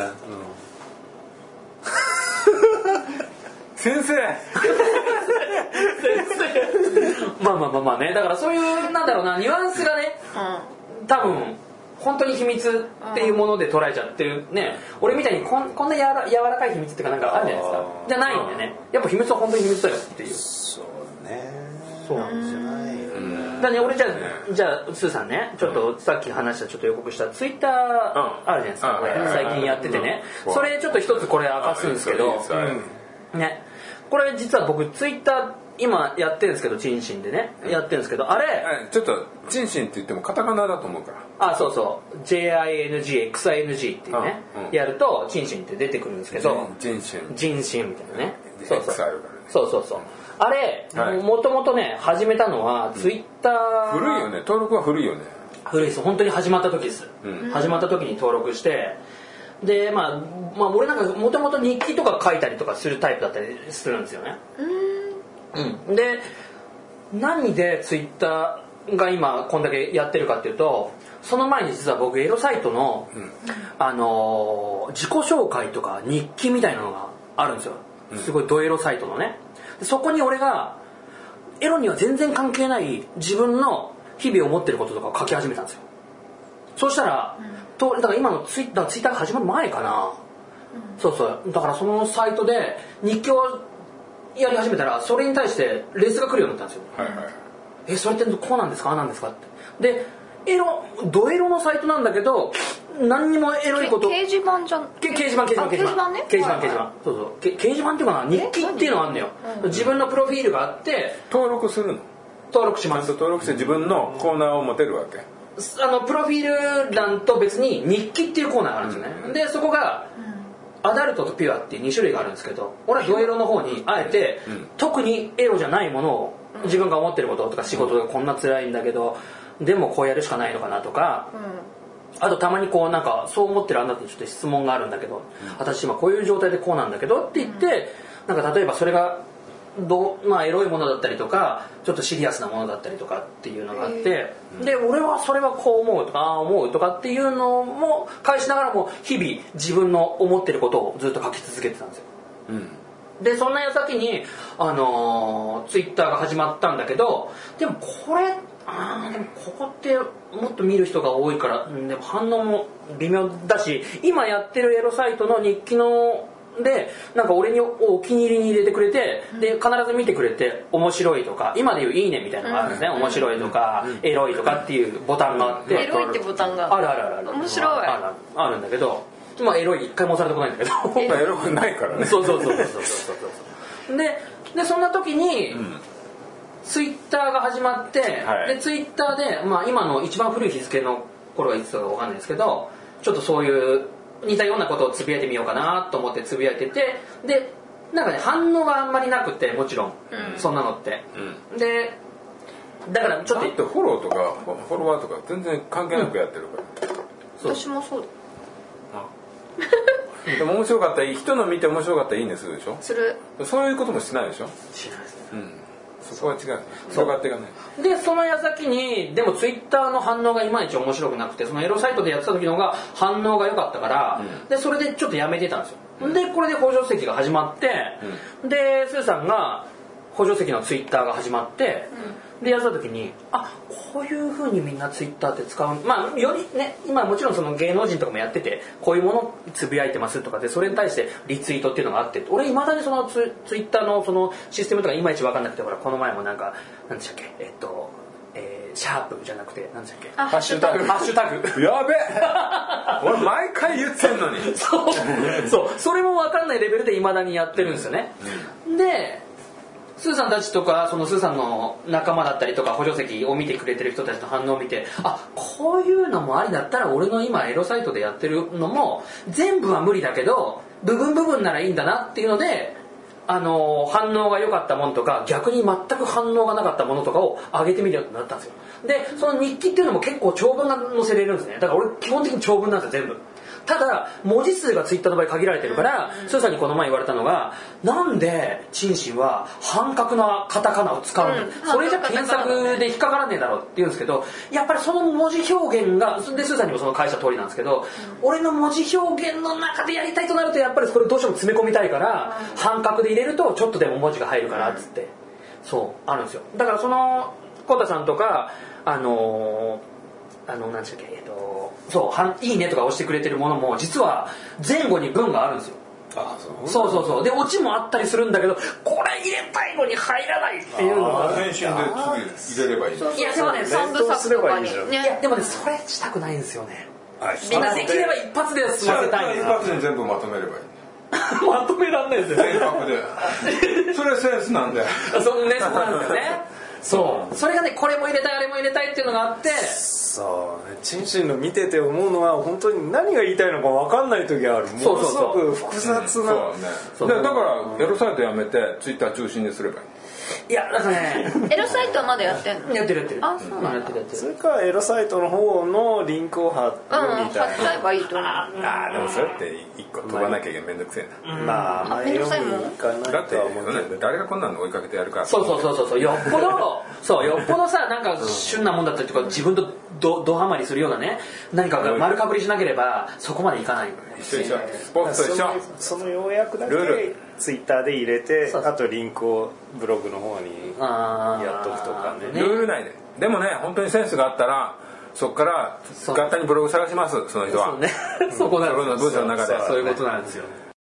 先生まあねだからそういうなんだろうなニュアンスがね、多分本当に秘密っていうもので捉えちゃってるね。俺みたいにこんな柔らかい秘密っていうかなんかあるじゃないですか。じゃないんでねやっぱ秘密は本当に秘密だよっていう。 そうね。 そうなんですよね。 だね俺じゃあスーさんねちょっとさっき話したちょっと予告したツイッターあるじゃないですか、これ最近やっててね、それちょっと一つこれ明かすんですけどね、これ実は僕ツイッター今やってるんですけどチンシンでねやってるんですけどあれちょっとチンシンって言ってもカタカナだと思うから。 そうそう JINGXING っていうね、やるとチンシンって出てくるんですけどチンシンジンシンみたいなねそうあれもともとね始めたのはツイッター古いよね。登録は古いよね。 古いです本当に始まった時です、始まった時に登録してでまあ俺なんかもともと日記とか書いたりとかするタイプだったりするんですよね。で何でツイッターが今こんだけやってるかっていうとその前に実は僕エロサイトの、自己紹介とか日記みたいなのがあるんですよ。すごいドエロサイトのね。そこに俺がエロには全然関係ない自分の日々思ってることとかを書き始めたんですよ。そうしたら、だから今のツイッターが始まる前かな、そうだからそのサイトで日記をやり始めたらそれに対してレースが来るようになったんですよ。それってこうなんですかなんですかってでドエロのサイトなんだけど何にもエロいこと掲示板じゃん掲示板ね掲示板そう掲示板っていうかな日記っていうのがあるのよ。自分のプロフィールがあって登録するの。 登録します。 登録して自分のコーナーを持てるわけ。 プロフィール欄と別に日記っていうコーナーがあるんですよね。でそこがアダルトとピュアっていう2種類があるんですけど俺はドエロの方にあえて、特にエロじゃないものを自分が思ってることとか仕事がこんな辛いんだけどでもこうやるしかないのかなとか、あとたまにこうなんかそう思ってるあなたにちょっと質問があるんだけど、私今こういう状態でこうなんだけどって言って、なんか例えばそれがエロいものだったりとかちょっとシリアスなものだったりとかっていうのがあって、で俺はそれはこう思うとか思うとかっていうのも返しながらも日々自分の思ってることをずっと書き続けてたんですよ。でそんな矢先にツイッターが始まったんだけどでもこれでもここってもっと見る人が多いからでも反応も微妙だし今やってるエロサイトの日記のでなんか俺にお気に入りに入れてくれてで必ず見てくれて面白いとか今でいういいねみたいなのがあるんですね。面白いとかエロいとかっていうボタンがあってエロいってボタンがある面白いあるんだけどエロい一回も押されたことないんだけどエロくないからね。 そうでそんな時に、ツイッターが始まって、でツイッターで、今の一番古い日付の頃がいつか分かんないですけどちょっとそういう似たようなことをつぶやいてみようかなと思ってつぶやいててでなんかね反応があんまりなくてもちろん、そんなのって、でだからちょっとフォローとかフォロワーとか全然関係なくやってるから、 私もそうだ。 でも面白かったら人の見て面白かったらいいねするでしょ。 する。 そういうこともしないでしょ。 しないですね。 そこは違う。広がっていかない。 でその矢先にでもツイッターの反応がいまいち面白くなくてそのエロサイトでやってた時の方が反応が良かったから、でそれでちょっとやめてたんですよ。でこれで北条席が始まって、でスーさんが補助席のツイッターが始まって、でやった時にこういう風にみんなツイッターって使う、よりね今もちろんその芸能人とかもやっててこういうものつぶやいてますとかでそれに対してリツイートっていうのがあって、俺いまだにそのツイッターのそのシステムとかいまいち分かんなくて、ほらこの前もなんでしたっけシャープじゃなくて何でしたっけハッシュタグやべえ俺毎回言ってんのにそうそれも分かんないレベルでいまだにやってるんですよね、でスーさんたちとかそのスーさんの仲間だったりとか補助席を見てくれてる人たちの反応を見てこういうのもありだったら俺の今エロサイトでやってるのも全部は無理だけど部分ならいいんだなっていうので反応が良かったものとか逆に全く反応がなかったものとかを上げてみるようになったんですよ。でその日記っていうのも結構長文が載せれるんですね。だから俺基本的に長文なんですよ全部。ただ文字数がツイッターの場合限られてるから、スーさんにこの前言われたのがなんでチンシンは半角なカタカナを使うの、それじゃ検索で引っかからねえだろって言うんですけど、やっぱりその文字表現がでスーさんにもその返した通りなんですけど、俺の文字表現の中でやりたいとなるとやっぱりそれどうしても詰め込みたいから、半角で入れるとちょっとでも文字が入るからっつって、そうあるんですよ。だからそのコタさんとか何でしたっけそういいねとか押してくれてるものも実は前後に文があるんですよ。そうでオチもあったりするんだけどこれ入れたいのに入らないっていうのが返信で次入れればいい。 いやでもね3部作とかにでもねそれしたくないんですよね。みんなできれば一発で済ませたいんです。 一発に全部まとめればいい。 まとめらんないですよ全角でそれセンスなんだよ。 そうなんですよね。そうそれがねこれも入れたいあれも入れたいっていうのがあって、 そうね、チンシンの見てて思うのは本当に何が言いたいのか分かんない時がある。ものすごく複雑な、 だからエロサイトやめてツイッター中心にすればいい。 いやだからねエロサイトはまだやってんの？ やってるあ、そうなんだ。 それからエロサイトの方のリンクを貼るみたいな。 貼っちゃえばいいと思う。 でもそれって一個飛ばなきゃいけないめんどくせえな。 まあ前読みに行かないだってとは思うけど、 誰がこんなの追いかけてやるか。 そうよっぽどさなんか旬なもんだったりとか自分とドハマりするようなね何かが丸かぶりしなければそこまでいかない。 一緒スポーツと一緒。 その要約だけツイッターで入れて、あとリンクをブログの方にやっとくとかね。 ルール内で。でもね本当にセンスがあったらそこから合体にブログ探します。その人はそうねそこなんですよ。 文章の中でそういうことなんですよ。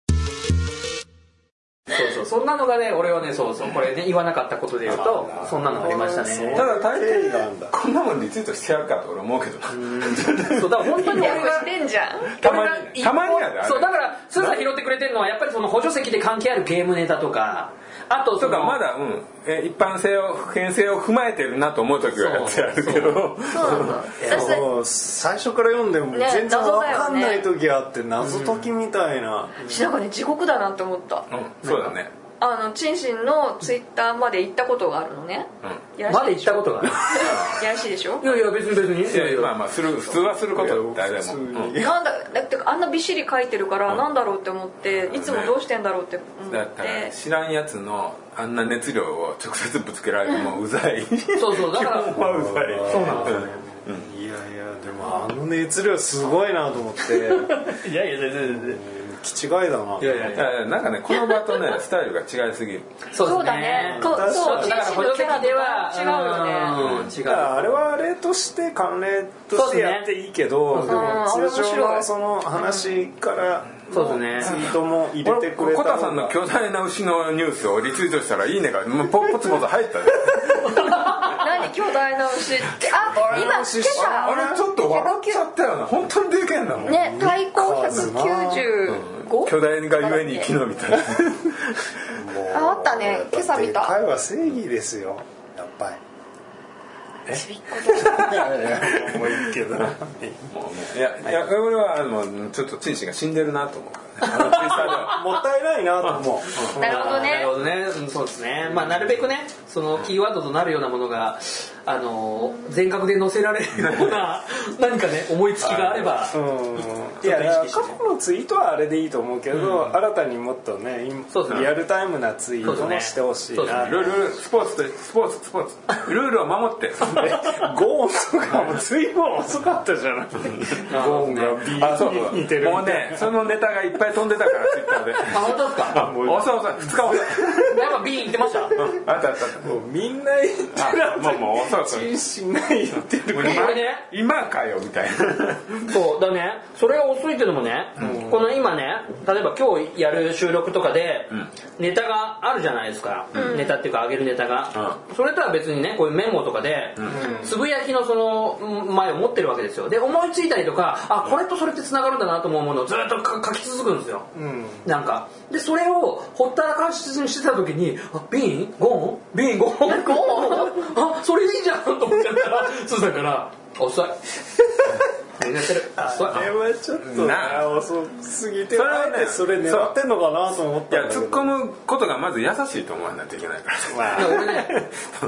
そんなのがね俺はねこれね言わなかったことで言うとそんなのがありましたね。 ただ大抵こんなもんリツイートしてやるかと俺思うけどそうだから本当に俺がしてんじゃん。 たまにやで。 そうだからスーさん拾ってくれてるのはやっぱりその補助席で関係あるゲームネタとかあととかまだ一般性を普遍性を踏まえてるなと思う時はやってやるけど、 最初から読んでも全然分かんない時あって謎解きみたいな。 なんかね地獄だなって思った。 そうだね。 チンシンのツイッターまで行ったことがあるのね。 まで行ったことがある。 やらしいでしょ。 いや別に。 まあ普通はすること大体も。 なんだってあんなびっしり書いてるからなんだろうって思っていつもどうしてんだろうって思って。 だから知らんやつのあんな熱量を直接ぶつけられてもうざい。 そうだからうざい。 そうなんですよね。 いやでもあの熱量すごいなと思って。 いや全然。 気違いだな。 いやなんかねこの場とねスタイルが違いすぎる。 そうだね。そうチンシンのキャラでは違うよね。 違う。 あれはあれとして関連としてやっていいけど、でも通常のその話からそうですね。 ツイートも入れてくれた。 コタさんの巨大な牛のニュースをリツイートしたらいいねがポツポツ入ったね。 何巨大な牛って今今朝あれちょっと笑っちゃったよな。本当にでけえんだもんね。体高195 巨大がゆえに生き延びた。 あったね今朝見た。 でかいは正義ですよやっぱり。 ちびっこでもういいけど。いや俺はちょっとチンシンが死んでるなと思うからね。 もったいないなと思う。 なるほどね。 そうですね。まあなるべくねそのキーワードとなるようなものが全額で載せられるような何かね思いつきがあれば、 いや過去のツイートはあれでいいと思うけど、新たにもっとねリアルタイムなツイートもしてほしいな。 ルールスポーツルールを守ってゴーンとかも随分遅かったじゃない。ゴーンがビーに似てる。 もうねそのネタがいっぱい飛んでたからツイッターで。 本当ですか。 遅い2日遅い。 やっぱ B 言ってました。 あったもうみんな言ってる。 もう遅い。 しない言ってる。 今かよみたいな。そうだね。それが遅いっていうのもね、この今ね、例えば今日やる収録とかでネタがあるじゃないですか。ネタっていうか上げるネタが。それとは別にね、こういうメモとかでつぶやきのその前を持ってるわけですよ。で思いついたりとか、これとそれってつながるんだなと思うものをずっと書き続くんですよ。なんかでそれをほったらかしにしてた時に、ビーンゴーンビーンゴーンそれいいじゃんと思っちゃったら、そうだから遅い。あれはちょっと遅すぎて、それ狙ってんのかなと思ったんだけど。 突っ込むことがまず優しいと思わないといけないから。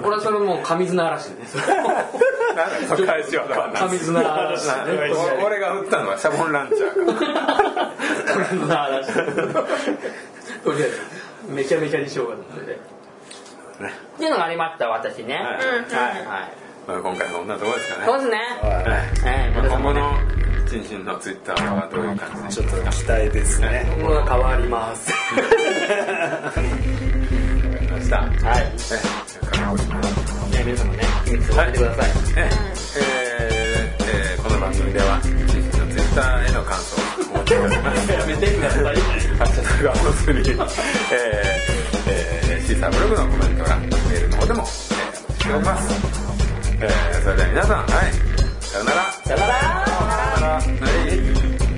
俺はそれもう上綱嵐でね。 返しは上綱嵐ね。 俺が振ったのはシャボンランチャー。 上綱嵐。とりあえずめちゃめちゃにしようかと思って。っていうのがありました私ね。はい。 今回の女どうですかね。 そうですね。 今後のチンチンのツイッターはどういう感じでちょっと期待ですね。 今後が変わります。 わかりました。はい。 皆さんもね、秘密を教えてください。 この番組ではチンチンのツイッターへの感想をお待ちしております。 やめてください。 ハッシュタグはもすにシーサーブログのコメント欄、メールの方でもお待ちしております。それでは皆さん、はい、さよなら。 さよなら。 はい。